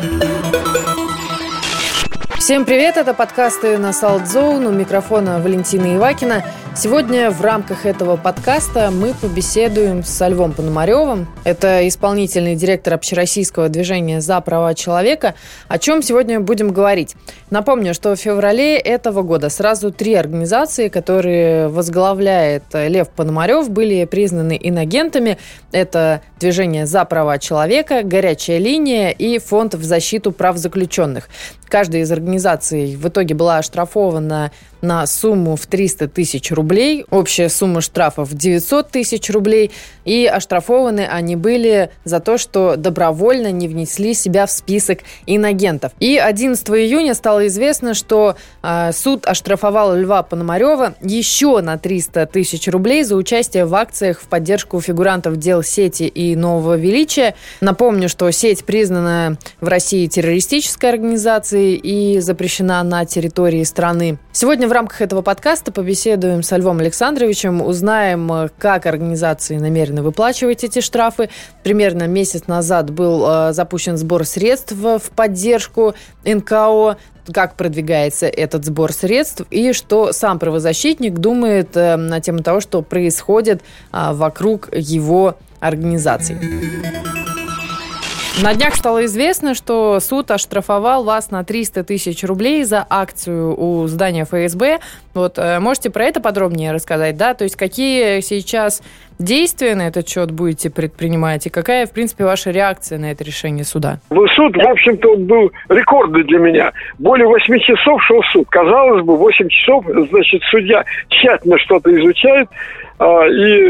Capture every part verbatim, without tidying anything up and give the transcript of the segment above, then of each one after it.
Всем привет, это подкасты на Salt Zone, у микрофона Валентина Ивакина. Сегодня в рамках этого подкаста мы побеседуем со Львом Пономаревым. Это исполнительный директор общероссийского движения «За права человека». О чем сегодня будем говорить? Напомню, что в феврале этого года сразу три организации, которые возглавляет Лев Пономарев, были признаны инагентами. Это движение «За права человека», «Горячая линия» и Фонд в защиту прав заключенных. Каждая из организаций в итоге была оштрафована на сумму в триста тысяч рублей. Общая сумма штрафов девятьсот тысяч рублей. И оштрафованы они были за то, что добровольно не внесли себя в список инагентов. И одиннадцатого июня стало известно, что э, суд оштрафовал Льва Пономарева еще на триста тысяч рублей за участие в акциях в поддержку фигурантов дел сети и Нового Величия. Напомню, что сеть признана в России террористической организацией и запрещена на территории страны. Сегодня в рамках этого подкаста побеседуем со Львом Александровичем, узнаем, как организации намерены выплачивать эти штрафы. Примерно месяц назад был э, запущен сбор средств в поддержку эн ка о. Как продвигается этот сбор средств и что сам правозащитник думает э, на тему того, что происходит э, вокруг его организации. На днях стало известно, что суд оштрафовал вас на триста тысяч рублей за акцию у здания эф эс бэ. Вот, можете про это подробнее рассказать, да? То есть какие сейчас действия на этот счет будете предпринимать и какая, в принципе, ваша реакция на это решение суда? Суд, в общем-то, был рекордный для меня. Более восьми часов шел суд. Казалось бы, восемь часов, значит, судья тщательно что-то изучает а,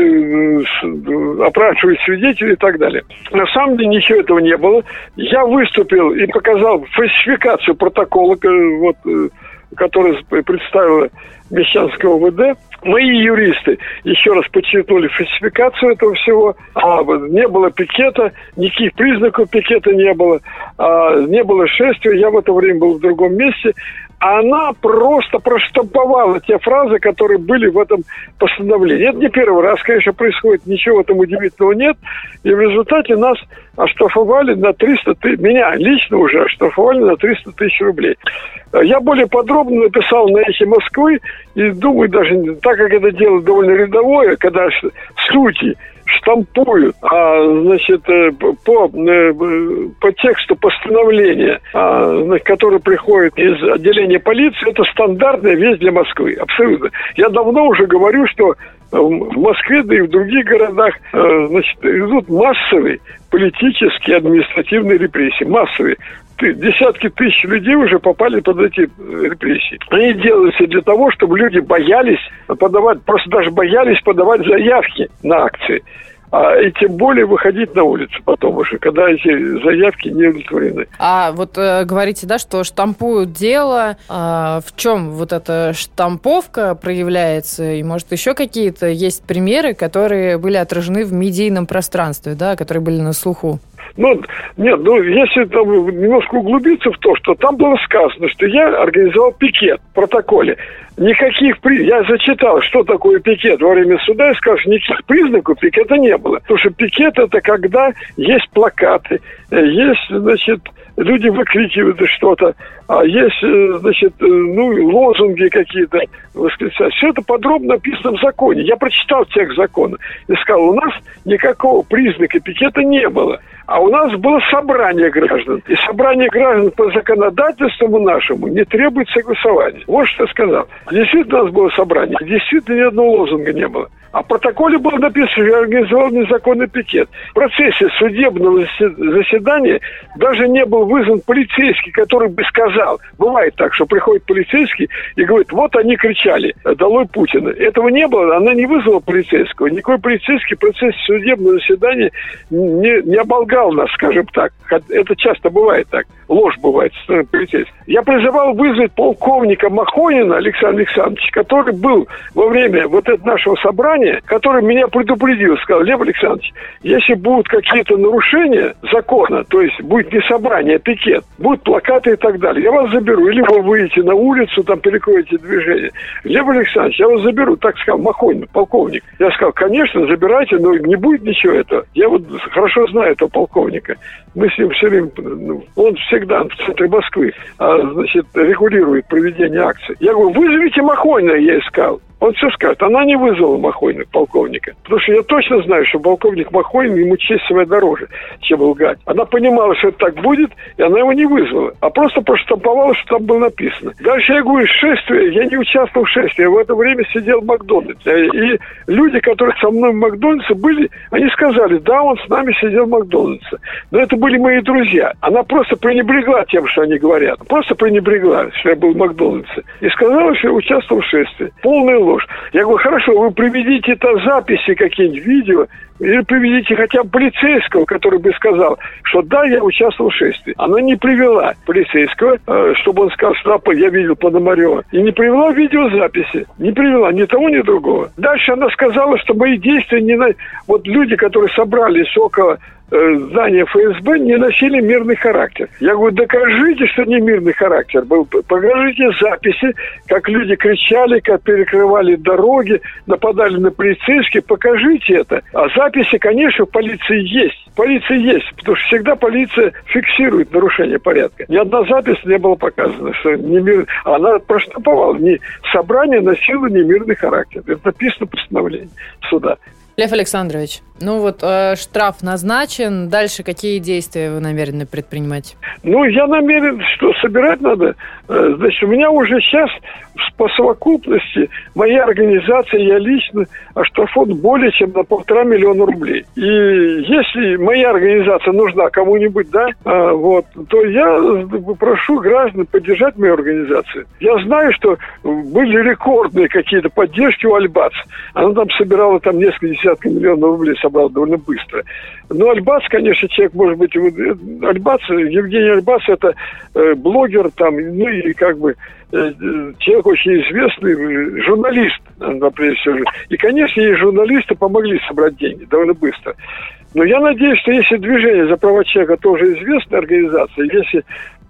и опрашивает свидетелей и так далее. На самом деле ничего этого не было. Я выступил и показал фальсификацию протокола, вот, который представила Мещанское о вэ дэ. Мои юристы еще раз подчеркнули фальсификацию этого всего. А, не было пикета, никаких признаков пикета не было. А, не было шествия, я в это время был в другом месте. Она просто проштамповала те фразы, которые были в этом постановлении. Это не первый раз, конечно, происходит, ничего в этом удивительного нет. И в результате нас оштрафовали на триста тысяч, меня лично уже оштрафовали на триста тысяч рублей. Я более подробно написал на «Эхе Москвы» и думаю, даже так как это дело довольно рядовое, когда судьи штампуют, а, значит, по, по тексту постановления, а, который приходит из отделения полиции, это стандартная вещь для Москвы, абсолютно. Я давно уже говорю, что в Москве, да и в других городах, значит, идут массовые политические, административные репрессии, массовые. Десятки тысяч людей уже попали под эти репрессии. Они делаются для того, чтобы люди боялись подавать, просто даже боялись подавать заявки на акции. А, и тем более выходить на улицу потом уже, когда эти заявки не удовлетворены. А вот э, говорите, да, что штампуют дело. А в чем вот эта штамповка проявляется? И, может, еще какие-то есть примеры, которые были отражены в медийном пространстве, да, которые были на слуху? Ну, нет, ну, если там немножко углубиться в то, что там было сказано, что я организовал пикет в протоколе. Никаких при... Я зачитал, что такое пикет во время суда, и сказал, что никаких признаков пикета не было. Потому что пикет – это когда есть плакаты, есть, значит, люди выкрикивают что-то, а есть, значит, ну, лозунги какие-то, восклицают. Все это подробно написано в законе. Я прочитал текст закона и сказал, у нас никакого признака пикета не было. А у нас было собрание граждан. И собрание граждан по законодательству нашему не требует согласования. Вот что я сказал. Действительно у нас было собрание. Действительно ни одного лозунга не было. А в протоколе было написано, что я организовал незаконный пикет. В процессе судебного заседания даже не был вызван полицейский, который бы сказал, бывает так, что приходит полицейский и говорит, вот они кричали, долой Путина. Этого не было, она не вызвала полицейского. Никакой полицейский в процессе судебного заседания не, не оболгал нас, скажем так. Это часто бывает так. Ложь бывает со стороны полицейских. Я призывал вызвать полковника Махонина Александра Александровича, который был во время вот этого нашего собрания, который меня предупредил, сказал, Лев Александрович, если будут какие-то нарушения закона, то есть будет не собрание, движение, пикет, будут плакаты и так далее. Я вас заберу. Или вы выйдете на улицу, там перекроете движение. Глеб Александрович, я вас заберу. Так сказал Махонин, полковник. Я сказал, конечно, забирайте, но не будет ничего этого. Я вот хорошо знаю этого полковника. Мы с ним все время, ну, он всегда в центре Москвы, а, значит, регулирует проведение акций. Я говорю, вызовите Махонина, я искал. Он все скажет. Она не вызвала Махонина, полковника. Потому что я точно знаю, что полковник Махонин, ему честь своя дороже, чем лгать. Она понимала, что это так будет, и она его не вызвала. А просто проштамповала, что там было написано. Дальше я говорю, шествие. Я не участвовал в шествии. Я в это время сидел в Макдональдсе. И люди, которые со мной в Макдональдсе были, они сказали, да, он с нами сидел в Макдональдсе. Но это были мои друзья. Она просто пренебрегла тем, что они говорят. Просто пренебрегла, что я был в Макдональдсе. И сказала, что я участвовал в шествии. Полная ложь. Я говорю, хорошо, вы приведите это записи, какие-нибудь видео, или приведите хотя бы полицейского, который бы сказал, что да, я участвовал в шествии. Она не привела полицейского, чтобы он сказал, что я видел Пономарева. И не привела видеозаписи. Не привела ни того, ни другого. Дальше она сказала, что мои действия не... На... Вот люди, которые собрались около здания эф эс бэ, не носили мирный характер. Я говорю, докажите, что не мирный характер был. Покажите записи, как люди кричали, как перекрывали дороги, нападали на полицейских. Покажите это. А записи, конечно, в полиции есть. В полиции есть, потому что всегда полиция фиксирует нарушение порядка. Ни одна запись не была показана, что не мир... Она проштамповала. Не... Собрание носило немирный характер. Это написано в постановлении суда. Лев Александрович, ну вот э, штраф назначен. Дальше какие действия вы намерены предпринимать? Ну, я намерен, что собирать надо. Э, значит, у меня уже сейчас по совокупности моя организация, я лично оштрафован более чем на полтора миллиона рублей. И если моя организация нужна кому-нибудь, да, э, вот, то я прошу граждан поддержать мою организацию. Я знаю, что были рекордные какие-то поддержки у Альбац. Она там собирала там несколько десятков миллионов рублей, собрал довольно быстро. Но Альбац, конечно, человек, может быть, Альбац, Евгений Альбац, это э, блогер, там, ну и как бы э, человек очень известный, журналист, например, все же. И, конечно, и журналисты помогли собрать деньги довольно быстро. Но я надеюсь, что если движение за права человека тоже известная организация, если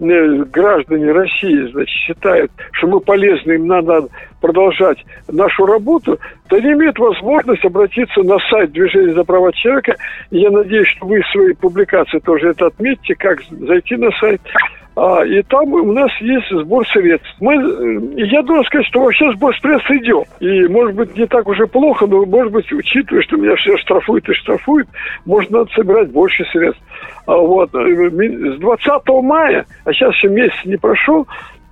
граждане России, значит, считают, что мы полезны, им надо продолжать нашу работу, то они имеют возможность обратиться на сайт Движения за права человека. И я надеюсь, что вы в своей публикации тоже это отметите, как зайти на сайт. А, и там у нас есть сбор средств. Мы, я должен сказать, что вообще сбор средств идет. И, может быть, не так уже плохо, но, может быть, учитывая, что меня все штрафуют и штрафуют, можно надо собирать больше средств. А вот с двадцатого мая, а сейчас еще месяц не прошел,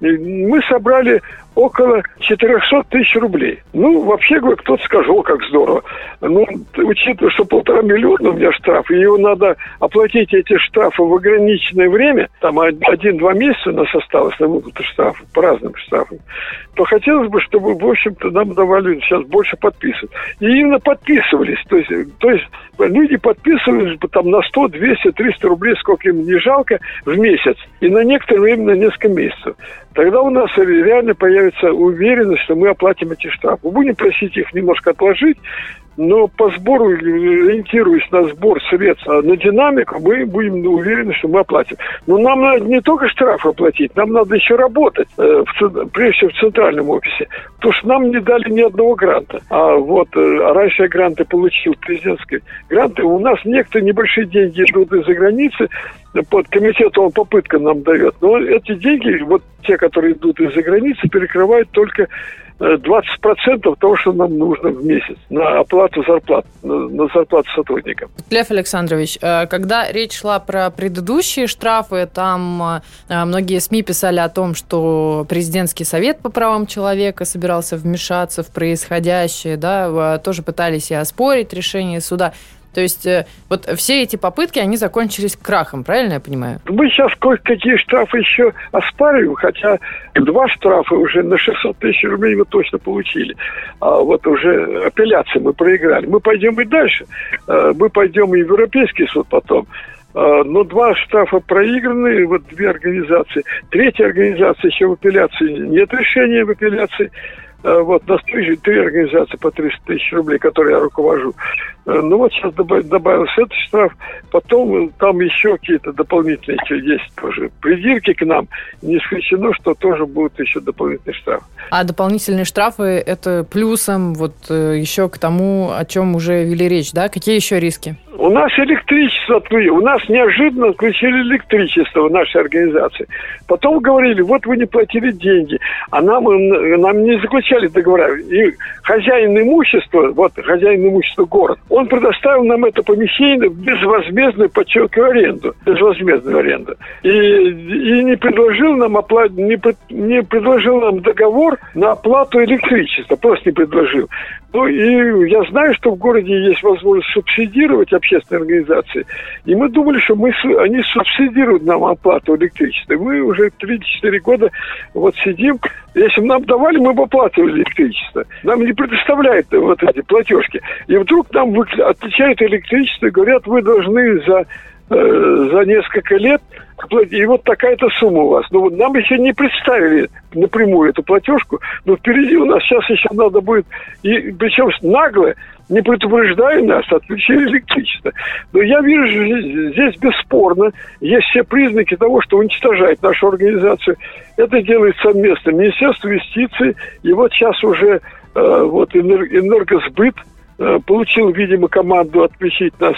мы собрали около четыреста тысяч рублей. Ну, вообще, говорю, кто-то скажет, о, как здорово. Ну, учитывая, что полтора миллиона у меня штраф, и его надо оплатить эти штрафы в ограниченное время, там один-два месяца у нас осталось на выплату штрафов, по разным штрафам, то хотелось бы, чтобы, в общем-то, нам давали сейчас больше подписок. И именно подписывались. То есть, то есть люди подписывались там на сто, двести, триста рублей, сколько им не жалко, в месяц. И на некоторое время, на несколько месяцев. Тогда у нас реально появится уверенность, что мы оплатим эти штрафы. Мы будем просить их немножко отложить, но по сбору, ориентируясь на сбор средств, на динамику, мы будем уверены, что мы оплатим. Но нам надо не только штраф оплатить, нам надо еще работать, э, в, прежде всего в центральном офисе, потому что нам не дали ни одного гранта. А вот а раньше я гранты получил, президентские гранты. У нас некоторые небольшие деньги идут из-за границы, под комитетом попытка нам дает. Но эти деньги, вот те, которые идут из-за границы, перекрывают только двадцать процентов того, что нам нужно в месяц на оплату зарплат, на зарплату сотрудникам. Лев Александрович, когда речь шла про предыдущие штрафы, там многие СМИ писали о том, что президентский совет по правам человека собирался вмешаться в происходящее, да, тоже пытались и оспорить решение суда. То есть вот все эти попытки, они закончились крахом, правильно я понимаю? Мы сейчас кое-какие штрафы еще оспариваем, хотя два штрафа уже на шестьсот тысяч рублей мы точно получили. А вот уже апелляции мы проиграли. Мы пойдем и дальше. Мы пойдем и в Европейский суд потом. Но два штрафа проиграны, вот две организации. Третья организация еще в апелляции, нет решения в апелляции. вот, на три, три организации по триста тысяч рублей, которые я руковожу. Ну вот сейчас добавился этот штраф, потом там еще какие-то дополнительные есть тоже придирки к нам. Не исключено, что тоже будут еще дополнительные штрафы. А дополнительные штрафы – это плюсом вот еще к тому, о чем уже вели речь, да? Какие еще риски? У нас электричество отключили. У нас неожиданно отключили электричество в нашей организации. Потом говорили, вот вы не платили деньги. А нам, нам не заключали договора. И хозяин имущества, вот хозяин имущества город, он предоставил нам это помещение в безвозмездную, подчеркиваю, аренду. Безвозмездную аренду. И, и не предложил нам оплат... не, не предложил нам договор на оплату электричества. Просто не предложил. Ну и я знаю, что в городе есть возможность субсидировать общественные организации. И мы думали, что мы, они субсидируют нам оплату электричества. Мы уже три-четыре года вот сидим. Если бы нам давали, мы бы оплачивали электричество. Нам не предоставляют вот эти платежки. И вдруг нам отключают электричество и говорят, вы должны за, э, за несколько лет и вот такая-то сумма у вас. Но нам еще не представили напрямую эту платежку, но впереди у нас сейчас еще надо будет, и причем нагло, не предупреждая нас, отключили электричество. Но я вижу, здесь бесспорно есть все признаки того, что уничтожает нашу организацию. Это делает совместно Министерство юстиции, и вот сейчас уже э, вот энергосбыт э, получил, видимо, команду отключить нас.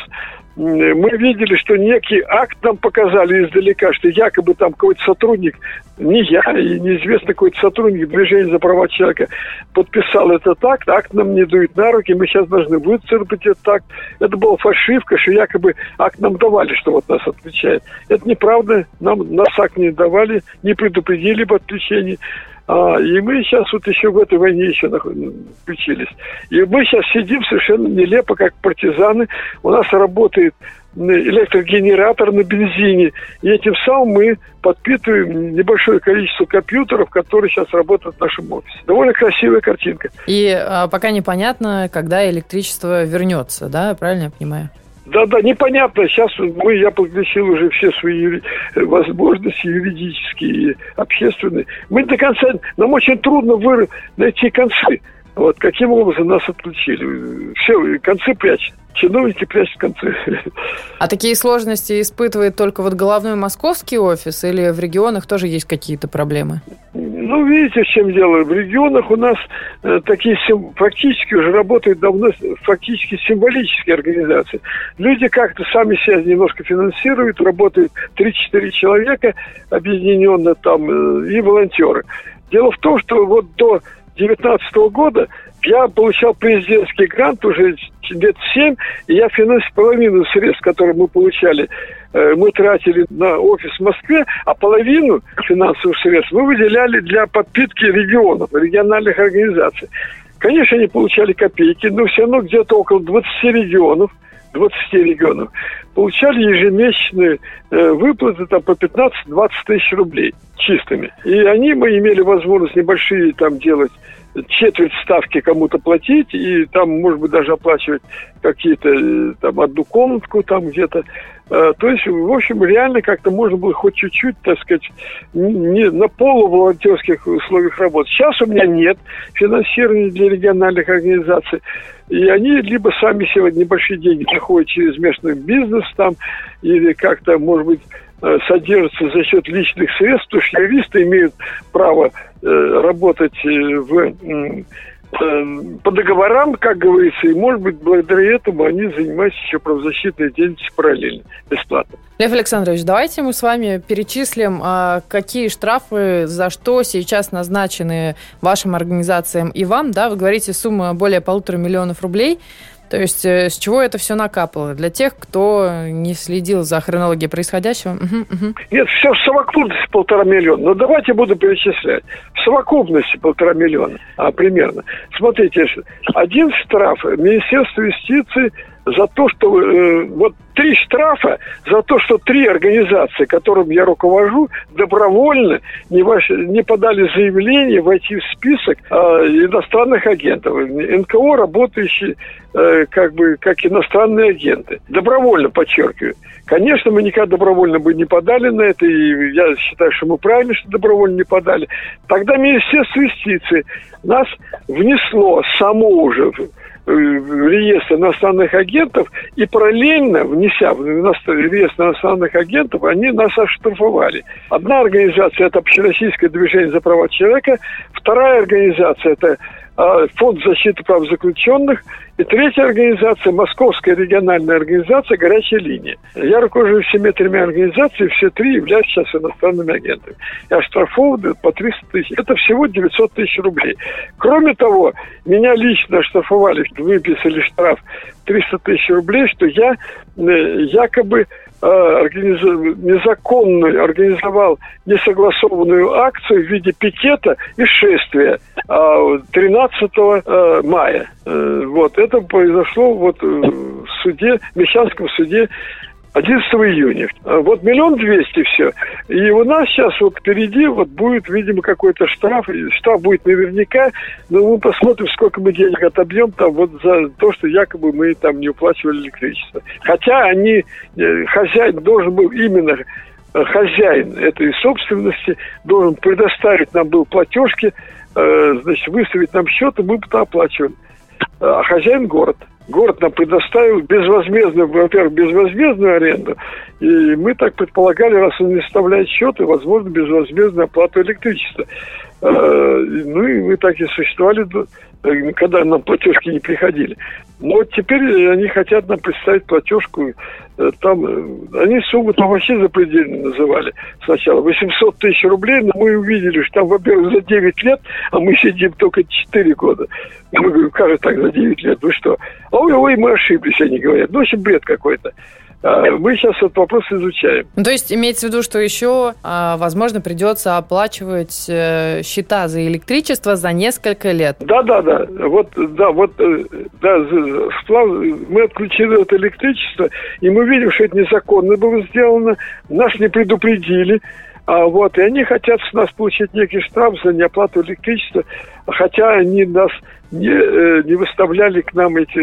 Мы видели, что некий акт нам показали издалека, что якобы там какой-то сотрудник, не я, и неизвестно какой-то сотрудник Движения за права человека подписал этот акт, акт нам не дует на руки, мы сейчас должны выцерпать этот акт. Это была фальшивка, что якобы акт нам давали, что вот нас отключает. Это неправда, нам нас акт не давали, не предупредили об отключении. А, и мы сейчас вот еще в этой войне еще включились. И мы сейчас сидим совершенно нелепо, как партизаны. У нас работает электрогенератор на бензине. И этим самым мы подпитываем небольшое количество компьютеров, которые сейчас работают в нашем офисе. Довольно красивая картинка. И а, пока непонятно, когда электричество вернется, да? Правильно я понимаю? Да-да, непонятно. Сейчас мы, я подключил уже все свои возможности юридические и общественные. Мы до конца, нам очень трудно вы, найти концы. Вот каким образом нас отключили. Все, концы прячут. Чиновники прячут концы. А такие сложности испытывает только вот головной московский офис или в регионах тоже есть какие-то проблемы? Ну, видите, в чем дело. В регионах у нас э, такие сим- фактически уже работают давно фактически символические организации. Люди как-то сами себя немножко финансируют, работают три-четыре человека объединенно там э, и волонтеры. Дело в том, что вот до две тысячи девятнадцатого года я получал президентский грант уже лет семь, и я финансировал половину средств, которые мы получали, мы тратили на офис в Москве, а половину финансовых средств мы выделяли для подпитки регионов, региональных организаций. Конечно, они получали копейки, но все равно где-то около двадцати регионов, двадцати регионов получали ежемесячные э, выплаты там, по пятнадцать-двадцать тысяч рублей чистыми. И они, мы имели возможность небольшие там делать, четверть ставки кому-то платить, и там, может быть, даже оплачивать какие-то, там, одну комнатку там где-то. То есть, в общем, реально как-то можно было хоть чуть-чуть, так сказать, не на полуволонтерских условиях работать. Сейчас у меня нет финансирования для региональных организаций, и они либо сами сегодня небольшие деньги находят через местный бизнес там, или как-то, может быть, содержатся за счет личных средств, потому что юристы имеют право э, работать в, э, по договорам, как говорится, и, может быть, благодаря этому они занимаются еще правозащитной деятельностью параллельно, бесплатно. Лев Александрович, давайте мы с вами перечислим, а, какие штрафы за что сейчас назначены вашим организациям и вам. Да, вы говорите, сумма более полутора миллионов рублей. То есть с чего это все накапало? Для тех, кто не следил за хронологией происходящего? Угу, угу. Нет, все в совокупности полтора миллиона. Но давайте буду перечислять. В совокупности полтора миллиона а, примерно. Смотрите, один штраф Министерства юстиции за то, что э, вот три штрафа за то, что три организации, которым я руковожу, добровольно не, ваш, не подали заявление войти в список э, иностранных агентов. эн ка о, работающие э, как бы как иностранные агенты. Добровольно, подчеркиваю. Конечно, мы никогда добровольно бы не подали на это, и я считаю, что мы правильно, что добровольно не подали. Тогда Министерство юстиции нас внесло само уже в реестр иностранных агентов, и параллельно, внеся в реестр иностранных агентов, они нас оштрафовали. Одна организация – это Общероссийское движение за права человека, вторая организация – это Фонд защиты прав заключенных, и третья организация – Московская региональная организация «Горячая линия». Я руковожу всеми тремя организациями, все три являются сейчас иностранными агентами. И оштрафованы по триста тысяч. Это всего девятьсот тысяч рублей. Кроме того, меня лично оштрафовали, выписали штраф триста тысяч рублей, что я якобы Организов... незаконную организовал несогласованную акцию в виде пикета и шествия тринадцатого мая. Вот это произошло вот в суде, в Мещанском суде одиннадцатого июня. Вот миллион двести все. И у нас сейчас вот впереди вот будет, видимо, какой-то штраф. Штраф будет наверняка, но мы посмотрим, сколько мы денег отобьем там вот за то, что якобы мы там не уплачивали электричество. Хотя они, хозяин должен был именно, хозяин этой собственности должен предоставить нам был платежки, значит, выставить нам счет, и мы бы это оплачивали. А хозяин город. Город нам предоставил безвозмездную, во-первых, безвозмездную аренду, и мы так предполагали, раз он не составляет счеты, возможно, безвозмездную оплату электричества. Ну и мы так и существовали, когда нам платежки не приходили. Но вот теперь они хотят нам представить платежку. Там они сумму там вообще запредельно называли сначала. восемьсот тысяч рублей, но мы увидели, что там, во-первых, за девять лет, а мы сидим только четыре года. Мы говорим, как же так за девять лет? Ну что? А ой, ой, мы ошиблись, они говорят. Ну, в общем, бред какой-то. Мы сейчас этот вопрос изучаем. Ну, то есть имеется в виду, что еще, возможно, придется оплачивать счета за электричество за несколько лет. Да, да, да. Вот, да, вот, да, мы отключили это электричество, и мы видим, что это незаконно было сделано. Нас не предупредили. А вот, и они хотят с нас получить некий штраф за неоплату электричества, хотя они нас не, не выставляли к нам эти,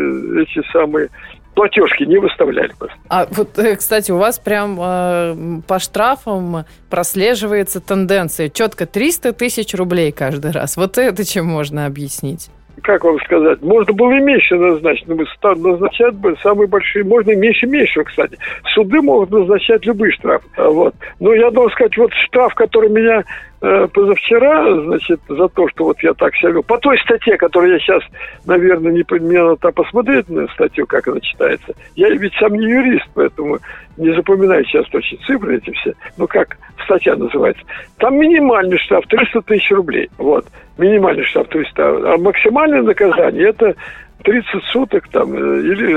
эти самые платежки, не выставляли просто. А вот, кстати, у вас прям э, по штрафам прослеживается тенденция. Четко триста тысяч рублей каждый раз. Вот это чем можно объяснить? Как вам сказать, можно было и меньше назначить, но назначать самые большие, можно и меньше меньшего, кстати. Суды могут назначать любые штрафы. Вот. Но я должен сказать, вот штраф, который меня э, позавчера, значит, за то, что вот я так себя вел, по той статье, которую я сейчас, наверное, не мне надо посмотреть на статью, как она читается. Я ведь сам не юрист, поэтому не запоминаю сейчас точно цифры эти все. Ну, как статья называется. Там минимальный штраф триста тысяч рублей. Вот. Минимальный штраф триста. А максимальное наказание это тридцать суток там, или,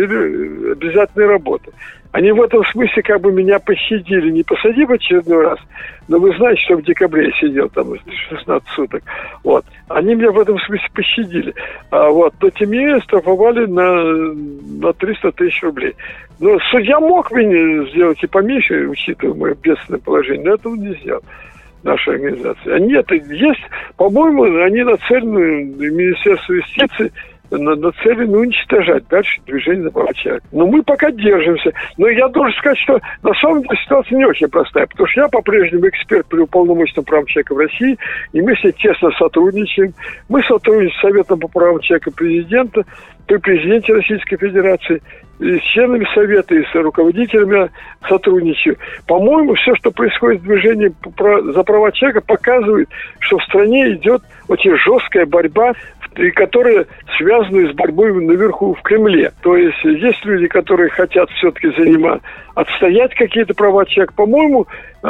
или обязательной работы. Они в этом смысле как бы меня пощадили. Не посадив очередной раз, но вы знаете, что в декабре я сидел там шестнадцать суток. Вот. Они меня в этом смысле пощадили. А вот, но тем не менее штрафовали на, на триста тысяч рублей. Но судья мог меня сделать и поменьше, учитывая мое бедственное положение, но этого не сделал. Наша организация. А нет, есть, по-моему, они нацелены, Министерство юстиции нацелены уничтожать дальше движение за права человека. Но мы пока держимся. Но я должен сказать, что на самом деле ситуация не очень простая, потому что я по-прежнему эксперт при уполномоченном правам человека в России, и мы с ней тесно сотрудничаем. Мы сотрудничаем с Советом по правам человека президента, при президенте Российской Федерации, и с членами Совета, и с руководителями сотрудничаю. По-моему, все, что происходит в движении за права человека, показывает, что в стране идет очень жесткая борьба, и которая связана с борьбой наверху в Кремле. То есть есть люди, которые хотят все-таки занимать, отстоять какие-то права человека. По-моему,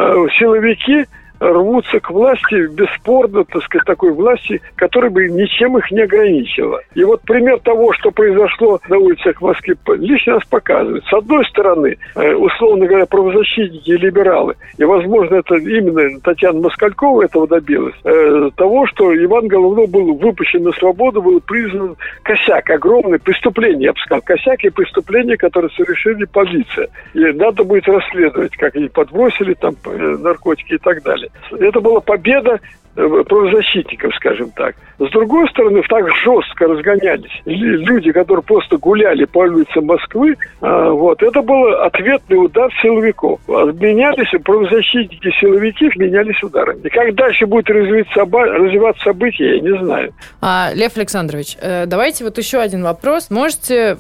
силовики рвутся к власти, бесспорно, так сказать, такой власти, которая бы ничем их не ограничила. И вот пример того, что произошло на улицах Москвы, лично нас показывает. С одной стороны, условно говоря, правозащитники и либералы, и, возможно, это именно Татьяна Москалькова этого добилась, того, что Иван Головнов был выпущен на свободу, был признан косяк, огромное преступление, я бы сказал, косяк и преступление, которое совершили полиция. И надо будет расследовать, как они подбросили там наркотики и так далее. Это была победа правозащитников, скажем так. С другой стороны, так жестко разгонялись люди, которые просто гуляли по улицам Москвы. Вот. Это был ответный удар силовиков. Обменялись правозащитники, силовики менялись ударами. И как дальше будет развиваться события, я не знаю. А, Лев Александрович, давайте вот еще один вопрос. Можете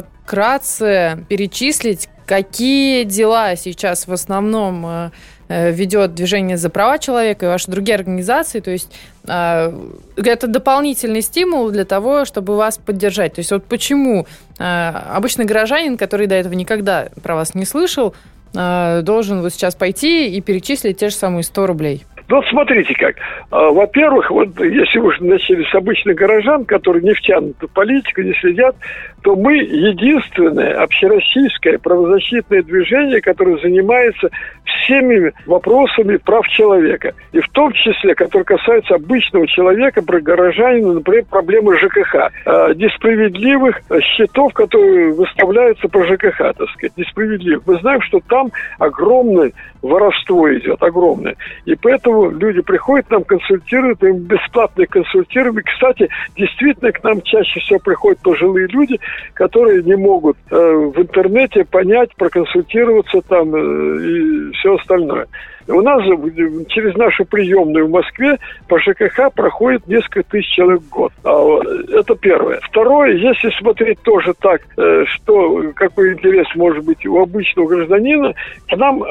вкратце перечислить, какие дела сейчас в основном ведет движение за права человека и ваши другие организации? То есть э, это дополнительный стимул для того, чтобы вас поддержать. То есть вот почему э, обычный горожанин, который до этого никогда про вас не слышал, э, должен вот сейчас пойти и перечислить те же самые сто рублей? Ну, вот смотрите как. Во-первых, вот если уж начали с обычных горожан, которые не втянуты в политику, не следят, то мы единственное общероссийское правозащитное движение, которое занимается всеми вопросами прав человека. И в том числе, которые касаются обычного человека, про горожанина, например, проблемы ЖКХ. Несправедливых счетов, которые выставляются по ЖКХ, так сказать, несправедливых. Мы знаем, что там огромное воровство идет, огромное. И поэтому люди приходят к нам, консультируют, им бесплатно консультируем. И, кстати, действительно, к нам чаще всего приходят пожилые люди, которые не могут э, в интернете понять, проконсультироваться там э, и все остальное. У нас через нашу приемную в Москве по ЖКХ проходит несколько тысяч человек в год. Это первое. Второе, если смотреть тоже так, что какой интерес может быть у обычного гражданина, к нам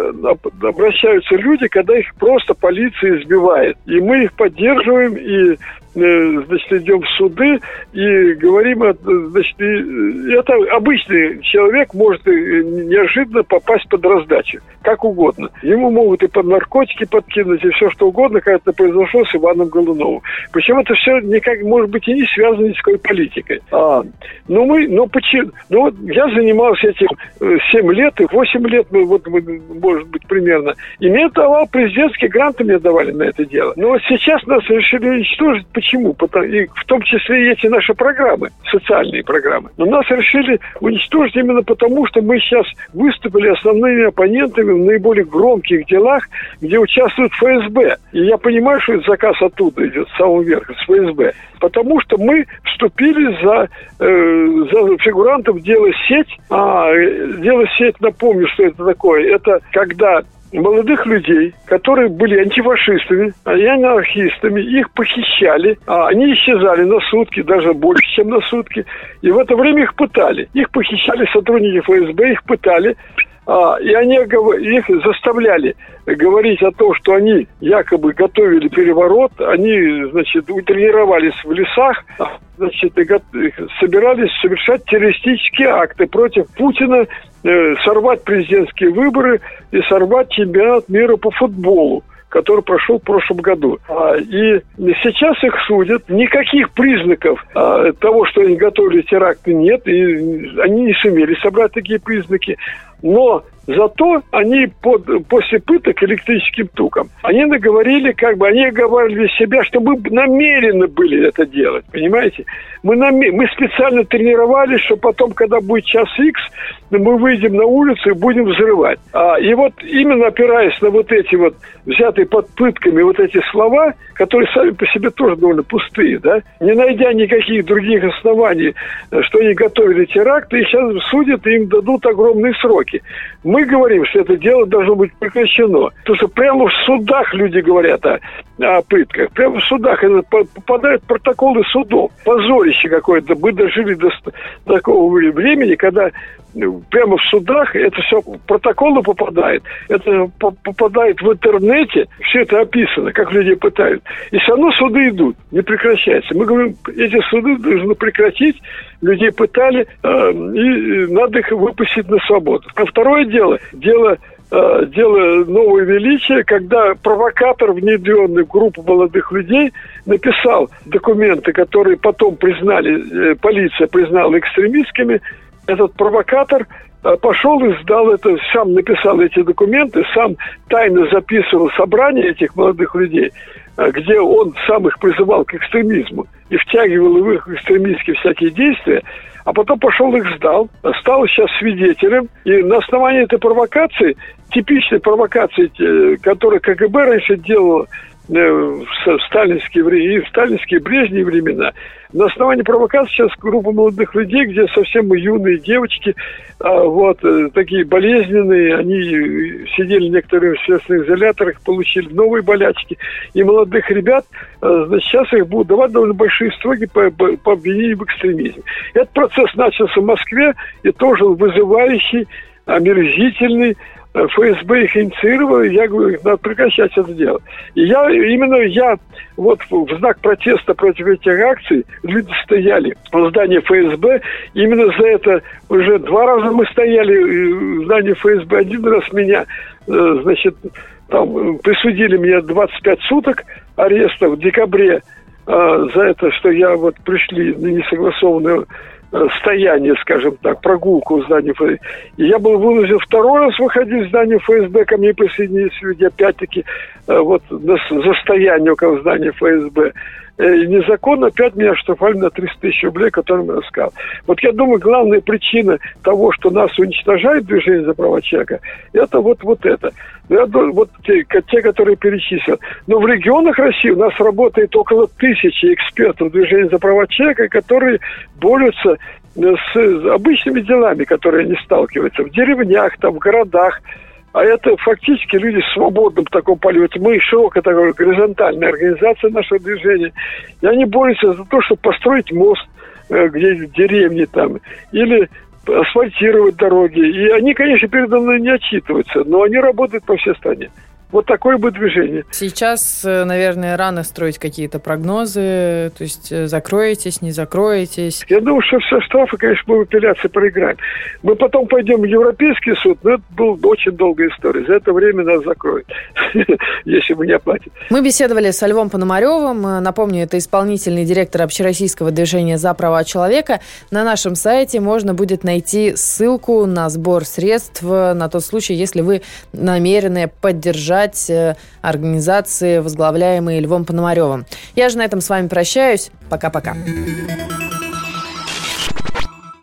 обращаются люди, когда их просто полиция избивает. И мы их поддерживаем и значит, идем в суды и говорим, значит, и это обычный человек может неожиданно попасть под раздачу, как угодно. Ему могут и под наркотики подкинуть, и все что угодно, как это произошло с Иваном Голуновым. Причем это все никак, может быть, и не связано ни с какой политикой. А, но мы, но почему, ну вот я занимался этим семь лет, и восемь лет, мы, вот, может быть, примерно, и мне давал президентские гранты, мне давали на это дело. Но вот сейчас нас решили уничтожить. Почему? Потому, и в том числе и эти наши программы, социальные программы. Но нас решили уничтожить именно потому, что мы сейчас выступили основными оппонентами в наиболее громких делах, где участвует эф эс бэ. И я понимаю, что этот заказ оттуда идет, с самого верха, с эф эс бэ. Потому что мы вступили за, э, за фигурантов дела «Сеть». А дело «Сеть», напомню, что это такое. Это когда молодых людей, которые были антифашистами и анархистами, их похищали, а они исчезали на сутки, даже больше, чем на сутки, и в это время их пытали. Их похищали сотрудники эф эс бэ, их пытали, а, и они их заставляли говорить о том, что они якобы готовили переворот, они, значит, тренировались в лесах, значит, и собирались совершать террористические акты против Путина, э, сорвать президентские выборы и сорвать чемпионат мира по футболу, который прошел в прошлом году. А, и сейчас их судят. Никаких признаков а, того, что они готовили теракты, нет. И они не сумели собрать такие признаки. Но зато они под, после пыток электрическим током, они наговорили, как бы, они оговаривали себя, что мы намерены были это делать, понимаете? Мы, намер... мы специально тренировались, что потом, когда будет час икс, мы выйдем на улицу и будем взрывать. А, и вот именно опираясь на вот эти вот взятые под пытками вот эти слова, которые сами по себе тоже довольно пустые, да, не найдя никаких других оснований, что они готовили теракты, и сейчас судят, и им дадут огромные сроки. Мы говорим, что это дело должно быть прекращено. Потому что прямо в судах люди говорят о, о пытках. Прямо в судах это попадают протоколы судов. Позорище какое-то. Мы дожили до, до такого времени, когда прямо в судах это все протоколы попадает. Это попадает в интернете. Все это описано, как людей пытают. И все равно суды идут. Не прекращаются. Мы говорим, эти суды должны прекратить. Людей пытали, э, и надо их выпустить на свободу. А второе дело, дело, э, дело нового величия, когда провокатор, внедренный в группу молодых людей, написал документы, которые потом признали, э, полиция признала экстремистскими. Этот провокатор э, пошел и сдал это, сам написал эти документы, сам тайно записывал собрание этих молодых людей, э, где он сам их призывал к экстремизму и втягивал в их экстремистские всякие действия, а потом пошел их сдал, стал сейчас свидетелем, и на основании этой провокации, типичной провокации, которую ка гэ бэ раньше делала в сталинские, и в сталинские Брежневские времена. На основании провокации сейчас группа молодых людей, где совсем юные девочки, вот, такие болезненные, они сидели некоторые в следственных изоляторах, получили новые болячки. И молодых ребят, значит, сейчас их будут давать довольно большие сроки по, по обвинению в экстремизме. Этот процесс начался в Москве и тоже вызывающий, омерзительный. эф эс бэ их инициировал, и я говорю, надо прекращать это дело. И я, именно я, вот в знак протеста против этих акций, люди стояли в здании эф эс бэ, именно за это уже два раза мы стояли в здании эф эс бэ, один раз меня, значит, там присудили мне двадцать пять суток ареста в декабре за это, что я вот пришли на несогласованную стояние, скажем так, прогулку в здании эф эс бэ. И я был вынужден второй раз выходить в здание эф эс бэ, ко мне присоединились люди, опять-таки, вот за стояние около здания эф эс бэ. И незаконно опять меня штрафовали на триста тысяч рублей, о котором я рассказал. Вот я думаю, главная причина того, что нас уничтожает движение за права человека, это вот, вот это. Я думаю, вот те, те, которые перечислил. Но в регионах России у нас работает около тысячи экспертов движения за права человека, которые борются с обычными делами, которые они сталкиваются в деревнях, там, в городах. А это фактически люди в свободном таком полете. Мы широкая такая горизонтальная организация нашего движения. И они борются за то, чтобы построить мост где в деревне там, или асфальтировать дороги. И они, конечно, передо мной не отчитываются, но они работают по всей стране. Вот такое бы движение. Сейчас, наверное, рано строить какие-то прогнозы, то есть закроетесь, не закроетесь. Я думаю, что все штрафы, конечно, мы в апелляции проиграем. Мы потом пойдем в Европейский суд, но это была очень долгая история. За это время нас закроют, если мы не оплатим. Мы беседовали со Львом Пономаревым. Напомню, это исполнительный директор Общероссийского движения за права человека. На нашем сайте можно будет найти ссылку на сбор средств на тот случай, если вы намерены поддержать организации, возглавляемые Львом Пономаревым. Я же на этом с вами прощаюсь. Пока-пока.